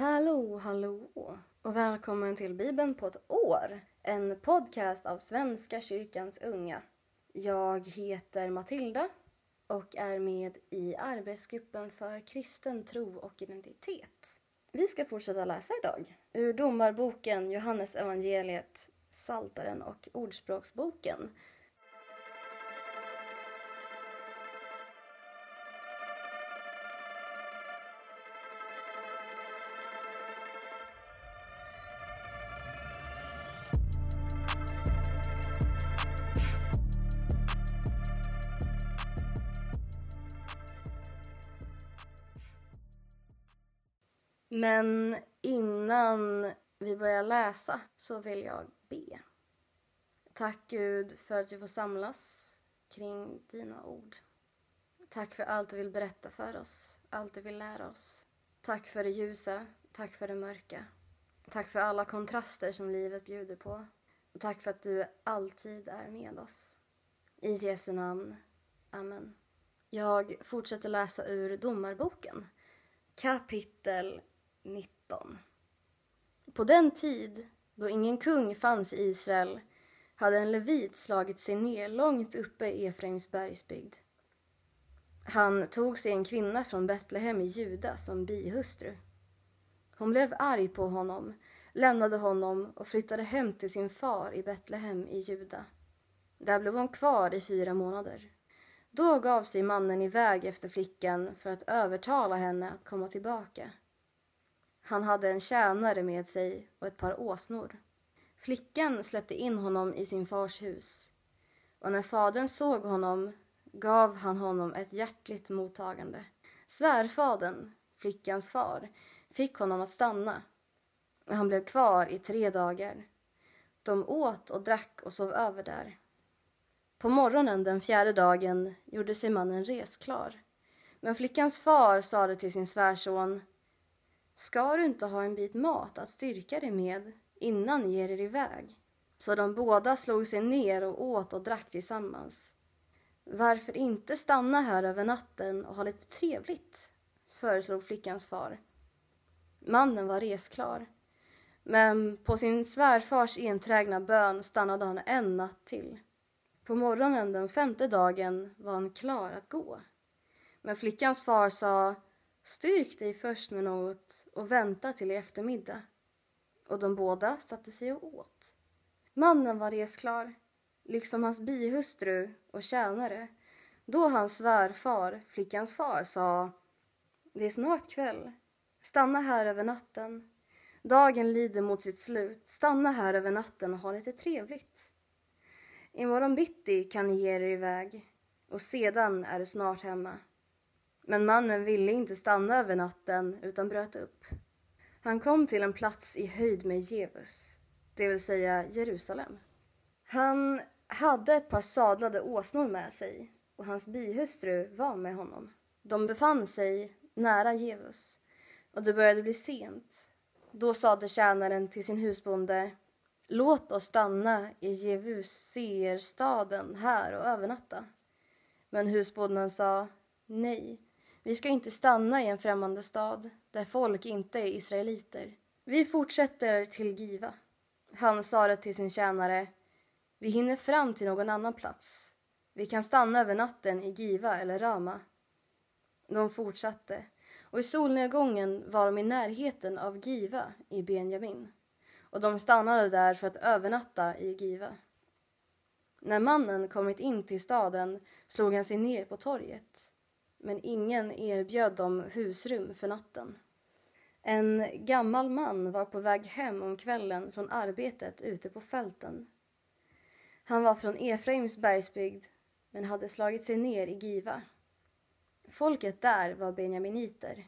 Hallå och välkommen till Bibeln på ett år, en podcast av Svenska kyrkans unga. Jag heter Matilda och är med i arbetsgruppen för kristen tro och identitet. Vi ska fortsätta läsa idag ur Domarboken, Johannes evangeliet, Psaltaren och Ordspråksboken. Men innan vi börjar läsa så vill jag be. Tack Gud för att vi får samlas kring dina ord. Tack för allt du vill berätta för oss, allt du vill lära oss. Tack för det ljusa, tack för det mörka. Tack för alla kontraster som livet bjuder på. Och tack för att du alltid är med oss. I Jesu namn. Amen. Jag fortsätter läsa ur Domarboken. Kapitel 19. På den tid då ingen kung fanns i Israel hade en levit slagit sig ner långt uppe i Efraims bergsbygd. Han tog sig en kvinna från Betlehem i Juda som bihustru. Hon blev arg på honom, lämnade honom och flyttade hem till sin far i Betlehem i Juda. Där blev hon kvar i 4 månader. Då gav sig mannen iväg efter flickan för att övertala henne att komma tillbaka. Han hade en tjänare med sig och ett par åsnor. Flickan släppte in honom i sin fars hus. Och när fadern såg honom gav han honom ett hjärtligt mottagande. Svärfadern, flickans far, fick honom att stanna. Och han blev kvar i 3 dagar. De åt och drack och sov över där. På morgonen den 4:e dagen gjorde sig mannen resklar. Men flickans far sade till sin svärson: ska du inte ha en bit mat att styrka dig med innan ni ger er iväg? Så de båda slog sig ner och åt och drack tillsammans. Varför inte stanna här över natten och ha lite trevligt? Föreslog flickans far. Mannen var resklar. Men på sin svärfars enträgna bön stannade han en natt till. På morgonen den 5:e dagen var han klar att gå. Men flickans far sa: styrk dig först med något och vänta till i eftermiddag. Och de båda satte sig och åt. Mannen var resklar, liksom hans bihustru och tjänare. Då hans svärfar, flickans far, sa: det är snart kväll. Stanna här över natten. Dagen lider mot sitt slut. Stanna här över natten och ha lite trevligt. Imorgon bitti kan ni ge er iväg och sedan är du snart hemma. Men mannen ville inte stanna över natten utan bröt upp. Han kom till en plats i höjd med Jebus, det vill säga Jerusalem. Han hade ett par sadlade åsnor med sig och hans bihustru var med honom. De befann sig nära Jebus och det började bli sent. Då sade tjänaren till sin husbonde: låt oss stanna i Jevuserstaden här och övernatta. Men husbonden sa: nej, vi ska inte stanna i en främmande stad där folk inte är israeliter. Vi fortsätter till Giva. Han sa till sin tjänare: vi hinner fram till någon annan plats. Vi kan stanna över natten i Giva eller Rama. De fortsatte och i solnedgången var de i närheten av Giva i Benjamin. Och de stannade där för att övernatta i Giva. När mannen kommit in till staden slog han sig ner på torget. Men ingen erbjöd dem husrum för natten. En gammal man var på väg hem om kvällen från arbetet ute på fälten. Han var från Efraims bergsbygd men hade slagit sig ner i Giva. Folket där var benjaminiter.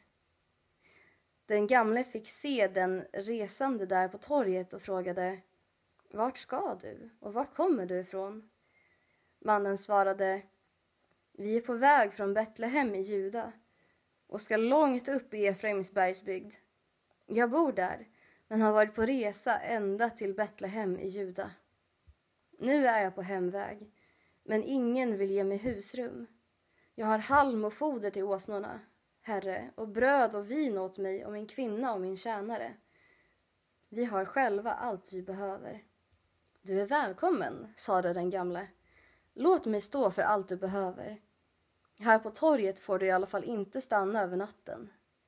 Den gamle fick se den resande där på torget och frågade: vart ska du och vart kommer du ifrån? Mannen svarade: vi är på väg från Betlehem i Juda och ska långt upp i Efraims bergsbygd. Jag bor där men har varit på resa ända till Betlehem i Juda. Nu är jag på hemväg, men ingen vill ge mig husrum. Jag har halm och foder till åsnorna. Herre, och bröd och vin åt mig och min kvinna och min tjänare. Vi har själva allt vi behöver. Du är välkommen, sade den gamle. Låt mig stå för allt du behöver. Här på torget får du i alla fall inte stanna över natten.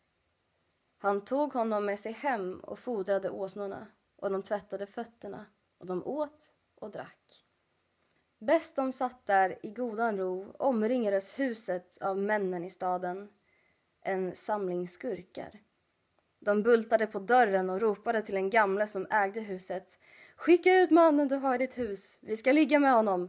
Han tog honom med sig hem och fodrade åsnorna, och de tvättade fötterna, och de åt och drack. Bäst de satt där i godan ro omringades huset av männen i staden, en samling skurkar. De bultade på dörren och ropade till en gamle som ägde huset. Skicka ut mannen du har i ditt hus, vi ska ligga med honom.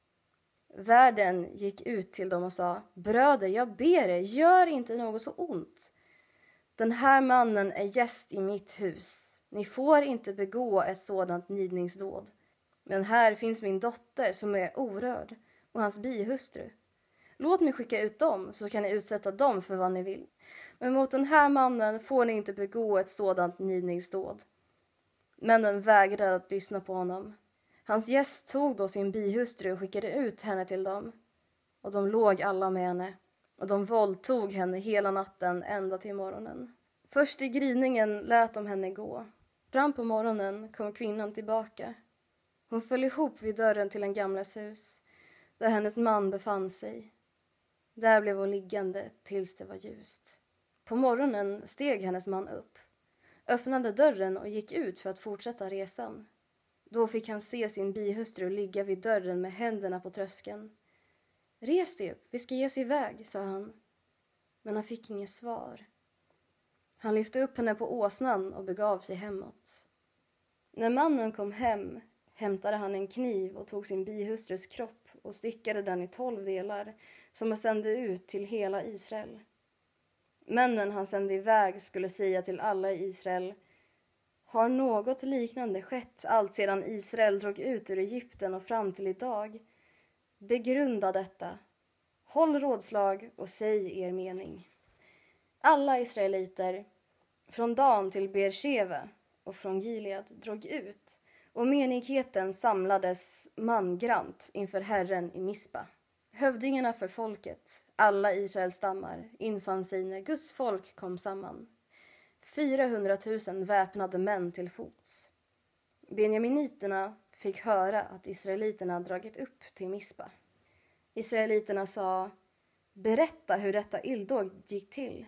Värden gick ut till dem och sa, bröder, jag ber er, gör inte något så ont. Den här mannen är gäst i mitt hus. Ni får inte begå ett sådant nidningsdåd. Men här finns min dotter som är orörd och hans bihustru. Låt mig skicka ut dem så kan ni utsätta dem för vad ni vill. Men mot den här mannen får ni inte begå ett sådant nidningsdåd. Männen vägrade att lyssna på honom. Hans gäst tog då sin bihustru och skickade ut henne till dem. Och de låg alla med henne. Och de våldtog henne hela natten ända till morgonen. Först i gryningen lät de henne gå. Fram på morgonen kom kvinnan tillbaka. Hon föll ihop vid dörren till en gamles hus, där hennes man befann sig. Där blev hon liggande tills det var ljust. På morgonen steg hennes man upp, öppnade dörren och gick ut för att fortsätta resan. Då fick han se sin bihustru ligga vid dörren med händerna på tröskeln. Res dig upp, vi ska ge oss iväg, sa han. Men han fick inget svar. Han lyfte upp henne på åsnan och begav sig hemåt. När mannen kom hem hämtade han en kniv och tog sin bihustrus kropp och styckade den i 12 delar som han sände ut till hela Israel. Männen han sände iväg skulle säga till alla i Israel: har något liknande skett allt sedan Israel drog ut ur Egypten och fram till idag? Begrunda detta. Håll rådslag och säg er mening. Alla israeliter från Dan till Beersheva och från Gilead drog ut, och menigheten samlades mangrant inför Herren i Mispa. Hövdingarna för folket, alla Israels stammar, infann sig när Guds folk kom samman. 400 000 väpnade män till fots. Benjaminiterna fick höra att israeliterna dragit upp till Mispa. Israeliterna sa: berätta hur detta illdåd gick till.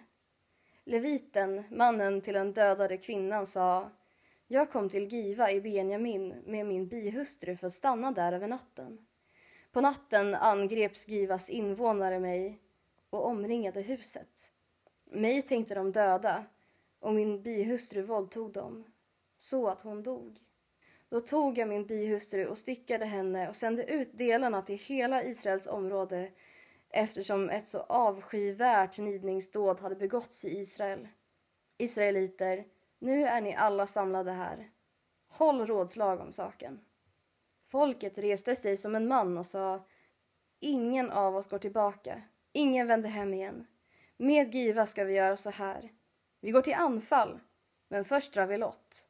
Leviten, mannen till den dödade kvinnan, sa: jag kom till Giva i Benjamin med min bihustru för att stanna där över natten. På natten angreps Givas invånare mig och omringade huset. Mig tänkte de döda, och min bihustru våldtog dem, så att hon dog. Då tog jag min bihustru och styckade henne och sände ut delarna till hela Israels område, eftersom ett så avskyvärt nidningsdåd hade begåtts i Israel. Israeliter, nu är ni alla samlade här. Håll rådslag om saken. Folket reste sig som en man och sa: ingen av oss går tillbaka. Ingen vänder hem igen. Med Giva ska vi göra så här. Vi går till anfall, men först drar vi lott.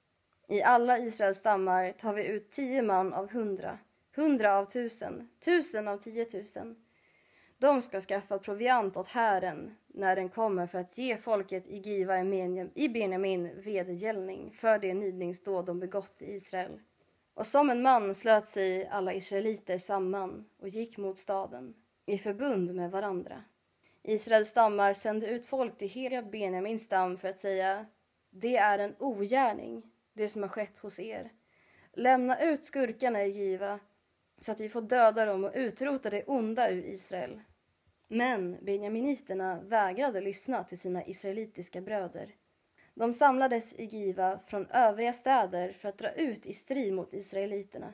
I alla Israels stammar tar vi ut 10 man av 100, 100 av 1000, 1000 av 10 000. De ska skaffa proviant åt Herren när den kommer för att ge folket i Giva i Benjamin vedergällning för det nidningsdåd de begått i Israel. Och som en man slöt sig alla israeliter samman och gick mot staden i förbund med varandra. Israels stammar sände ut folk till hela Benjamins stam för att säga: det är en ogärning, det som har skett hos er. Lämna ut skurkarna i Giva så att vi får döda dem och utrota det onda ur Israel. Men benjaminiterna vägrade lyssna till sina israelitiska bröder. De samlades i Giva från övriga städer för att dra ut i strid mot israeliterna.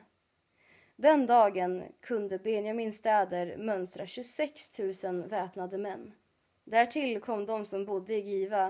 Den dagen kunde Benjamins städer mönstra 26 000 väpnade män. Därtill kom de som bodde i Giva,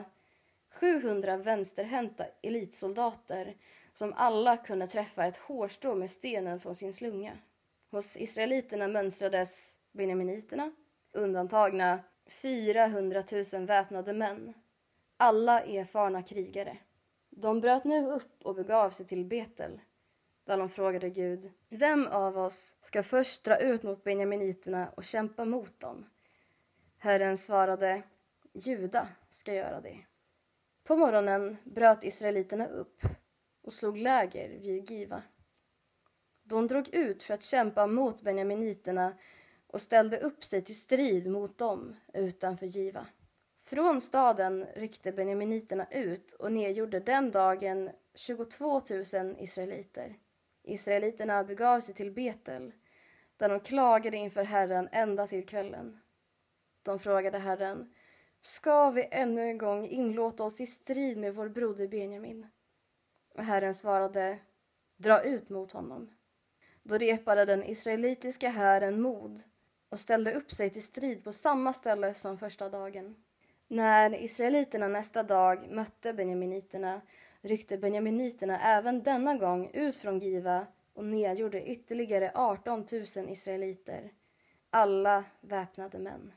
700 vänsterhänta elitsoldater som alla kunde träffa ett hårstrå med stenen från sin slunga. Hos israeliterna mönstrades benjaminiterna, undantagna 400 000 väpnade män, alla erfarna krigare. De bröt nu upp och begav sig till Betel, där de frågade Gud: vem av oss ska först dra ut mot benjaminiterna och kämpa mot dem? Herren svarade: Juda ska göra det. På morgonen bröt israeliterna upp och slog läger vid Giva. De drog ut för att kämpa mot benjaminiterna och ställde upp sig till strid mot dem utanför Giva. Från staden ryckte benjaminiterna ut och nedgjorde den dagen 22 000 israeliter. Israeliterna begav sig till Betel, där de klagade inför Herren ända till kvällen. De frågade Herren: ska vi ännu en gång inlåta oss i strid med vår broder Benjamin? Och Herren svarade: dra ut mot honom. Då repade den israelitiska hären mod och ställde upp sig till strid på samma ställe som första dagen. När israeliterna nästa dag mötte benjaminiterna ryckte benjaminiterna även denna gång ut från Giva och nedgjorde ytterligare 18 000 israeliter, alla väpnade män.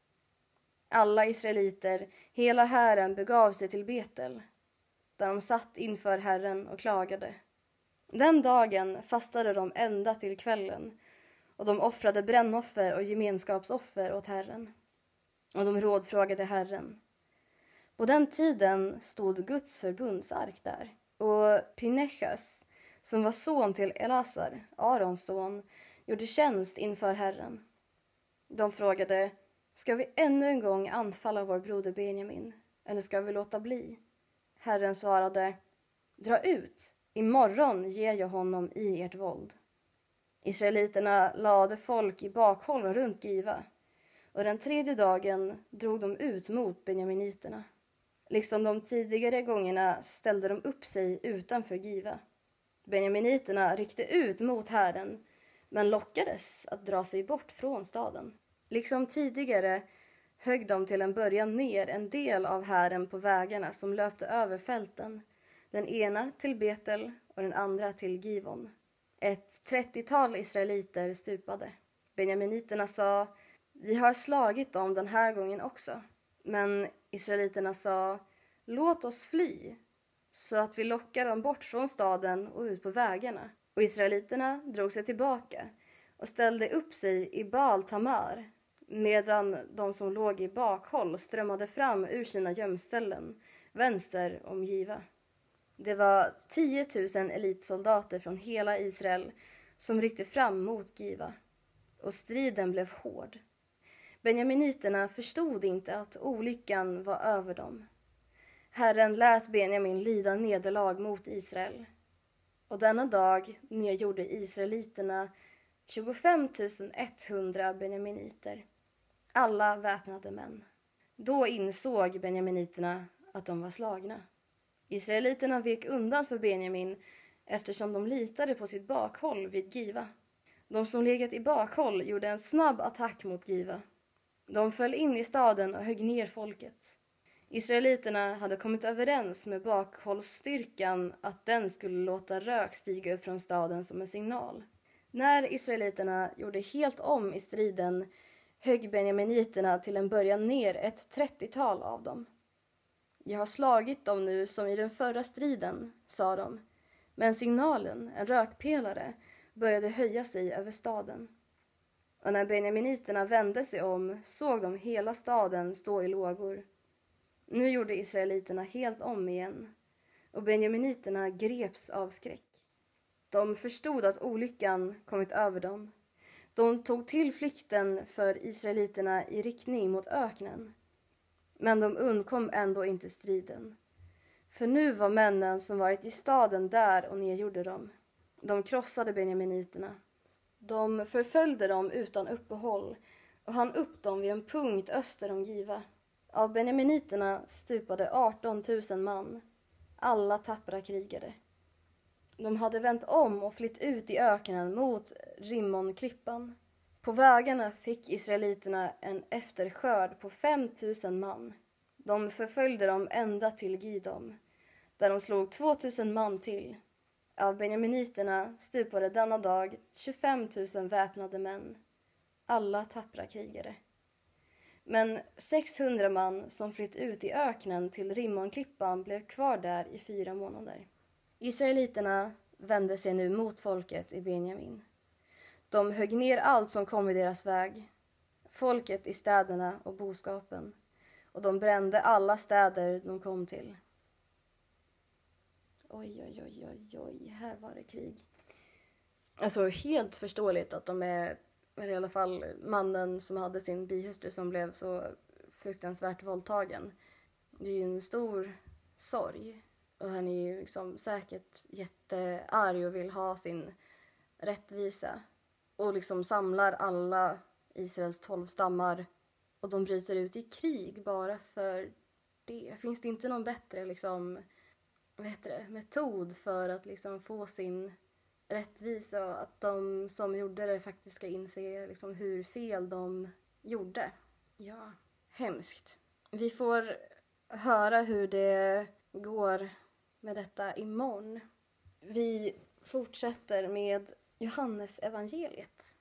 Alla israeliter, hela hären, begav sig till Betel, där de satt inför Herren och klagade. Den dagen fastade de ända till kvällen, och de offrade brännoffer och gemenskapsoffer åt Herren. Och de rådfrågade Herren. På den tiden stod Guds förbundsark där, och Pinechas, som var son till Elasar, Arons son, gjorde tjänst inför Herren. De frågade: ska vi ännu en gång anfalla vår broder Benjamin, eller ska vi låta bli? Herren svarade: dra ut, imorgon ger jag honom i ert våld. Israeliterna lade folk i bakhåll runt Giva, och den tredje dagen drog de ut mot benjaminiterna. Liksom de tidigare gångerna ställde de upp sig utanför Giva. Benjaminiterna ryckte ut mot Herren, men lockades att dra sig bort från staden. Liksom tidigare högg de till en början ner en del av hären på vägarna som löpte över fälten, den ena till Betel och den andra till Givon. Ett 30-tal israeliter stupade. Benjaminiterna sa: vi har slagit dem den här gången också. Men israeliterna sa: låt oss fly, så att vi lockar dem bort från staden och ut på vägarna. Och israeliterna drog sig tillbaka och ställde upp sig i Baal Tamar, medan de som låg i bakhåll strömmade fram ur sina gömställen vänster om Giva. Det var 10 000 elitsoldater från hela Israel som ryckte fram mot Giva, och striden blev hård. Benjaminiterna förstod inte att olyckan var över dem. Herren lät Benjamin lida nederlag mot Israel, och denna dag nedgjorde israeliterna 25 100 benjaminiter, alla väpnade män. Då insåg benjaminiterna att de var slagna. Israeliterna vek undan för Benjamin eftersom de litade på sitt bakhåll vid Giva. De som legat i bakhåll gjorde en snabb attack mot Giva. De föll in i staden och högg ner folket. Israeliterna hade kommit överens med bakhållsstyrkan att den skulle låta rök stiga upp från staden som en signal. När israeliterna gjorde helt om i striden högg benjaminiterna till en början ner ett 30-tal av dem. Jag har slagit dem nu som i den förra striden, sa de. Men signalen, en rökpelare, började höja sig över staden. Och när benjaminiterna vände sig om såg de hela staden stå i lågor. Nu gjorde israeliterna helt om igen, och benjaminiterna greps av skräck. De förstod att olyckan kommit över dem. De tog till flykten för israeliterna i riktning mot öknen. Men de undkom ändå inte striden. För nu var männen som varit i staden där och nedgjorde dem. De krossade benjaminiterna. De förföljde dem utan uppehåll och hann upp dem vid en punkt öster om Giva. Av benjaminiterna stupade 18 000 man, alla tappra krigare. De hade vänt om och flytt ut i öknen mot Rimmonklippan. På vägarna fick israeliterna en efterskörd på 5 000 man. De förföljde dem ända till Gidom, där de slog 2 000 man till. Av benjaminiterna stupade denna dag 25 000 väpnade män, alla tappra krigare. Men 600 man som flytt ut i öknen till Rimmonklippan blev kvar där i 4 månader. Israeliterna vände sig nu mot folket i Benjamin. De högg ner allt som kom i deras väg, folket i städerna och boskapen, och de brände alla städer de kom till. Oj, oj, oj, oj, oj, här var det krig. Alltså helt förståeligt att de är, eller i alla fall mannen som hade sin bihustru som blev så fruktansvärt våldtagen. Det är ju en stor sorg. Och han är ju liksom säkert jättearg och vill ha sin rättvisa. Och liksom samlar alla Israels 12 stammar. Och de bryter ut i krig bara för det. Finns det inte någon bättre liksom, metod för att liksom få sin rättvisa och att de som gjorde det faktiskt ska inse liksom hur fel de gjorde? Ja, hemskt. Vi får höra hur det går med detta imorgon. Vi fortsätter med Johannes evangeliet.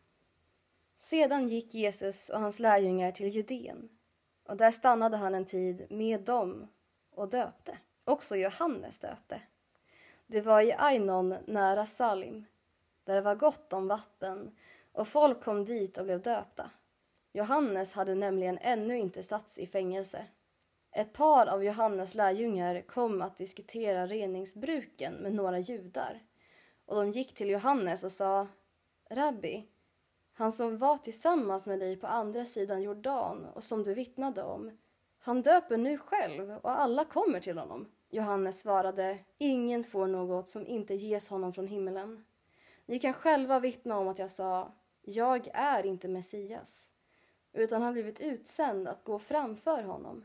Sedan gick Jesus och hans lärjungar till Judeen, och där stannade han en tid med dem och döpte. Också Johannes döpte. Det var i Ainon nära Salim, där det var gott om vatten, och folk kom dit och blev döpta. Johannes hade nämligen ännu inte satts i fängelse. Ett par av Johannes lärjungar kom att diskutera reningsbruken med några judar, och de gick till Johannes och sa: Rabbi, han som var tillsammans med dig på andra sidan Jordan och som du vittnade om, han döper nu själv och alla kommer till honom. Johannes svarade: ingen får något som inte ges honom från himmelen. Ni kan själva vittna om att jag sa: jag är inte Messias, utan har blivit utsänd att gå framför honom.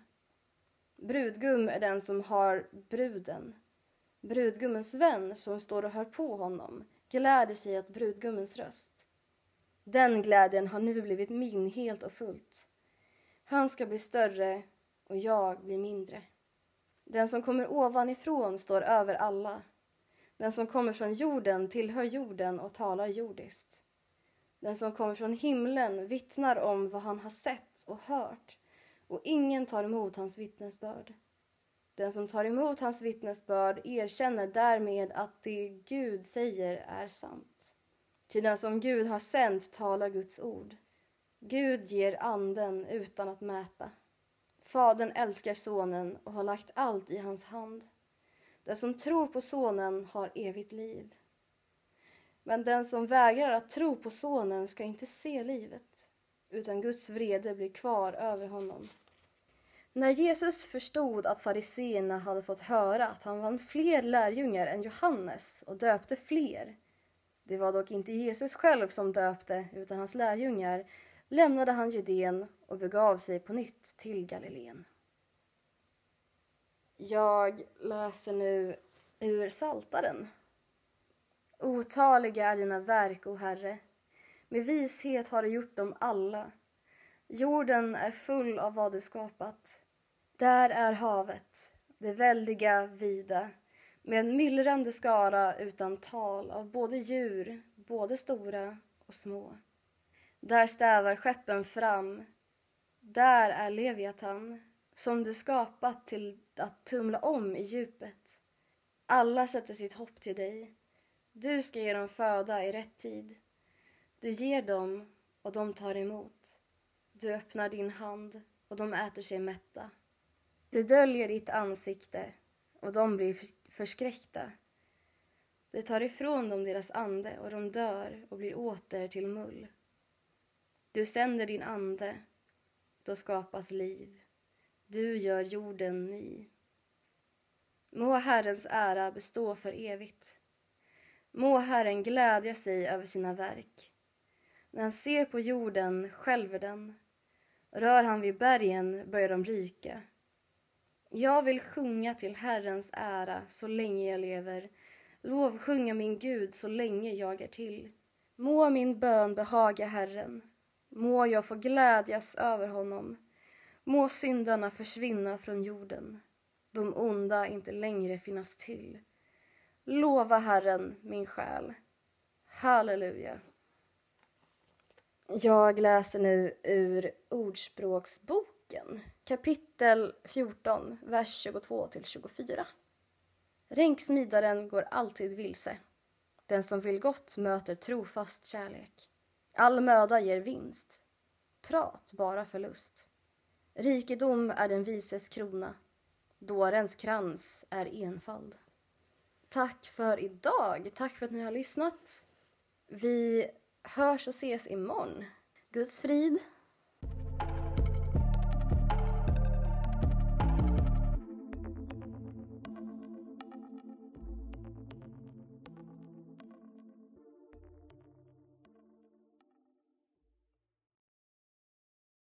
Brudgum är den som har bruden. Brudgummens vän som står och hör på honom gläder sig åt brudgummens röst. Den glädjen har nu blivit min helt och fullt. Han ska bli större och jag blir mindre. Den som kommer ovanifrån står över alla. Den som kommer från jorden tillhör jorden och talar jordiskt. Den som kommer från himlen vittnar om vad han har sett och hört, och ingen tar emot hans vittnesbörd. Den som tar emot hans vittnesbörd erkänner därmed att det Gud säger är sant. Ty den som Gud har sänt talar Guds ord. Gud ger anden utan att mäta. Fadern älskar sonen och har lagt allt i hans hand. Den som tror på sonen har evigt liv. Men den som vägrar att tro på sonen ska inte se livet, utan Guds vrede blir kvar över honom. När Jesus förstod att fariseerna hade fått höra att han vann fler lärjungar än Johannes och döpte fler, det var dock inte Jesus själv som döpte utan hans lärjungar, lämnade han Judeen och begav sig på nytt till Galileen. Jag läser nu ur Psaltaren. Otaliga är dina verk, o Herre. Med vishet har du gjort dem alla. Jorden är full av vad du skapat. Där är havet, det väldiga vida, med en myllrande skara utan tal av både djur, både stora och små. Där stävar skeppen fram. Där är Leviatan, som du skapat till att tumla om i djupet. Alla sätter sitt hopp till dig. Du ska ge dem föda i rätt tid. Du ger dem och de tar emot. Du öppnar din hand och de äter sig mätta. Du döljer ditt ansikte och de blir förskräckta. Du tar ifrån dem deras ande och de dör och blir åter till mull. Du sänder din ande, då skapas liv. Du gör jorden ny. Må Herrens ära bestå för evigt. Må Herren glädja sig över sina verk. När han ser på jorden skälver den. Rör han vid bergen börjar de ryka. Jag vill sjunga till Herrens ära så länge jag lever. Lovsjunga min Gud så länge jag är till. Må min bön behaga Herren. Må jag få glädjas över honom. Må syndarna försvinna från jorden. De onda inte längre finnas till. Lova Herren, min själ. Halleluja. Jag läser nu ur Ordspråksboken, kapitel 14, vers 22-24. Ränksmidaren går alltid vilse. Den som vill gott möter trofast kärlek. All möda ger vinst. Prat bara förlust. Rikedom är den vises krona, dårens krans är enfald. Tack för idag. Tack för att ni har lyssnat. Vi hörs och ses imorgon. Guds frid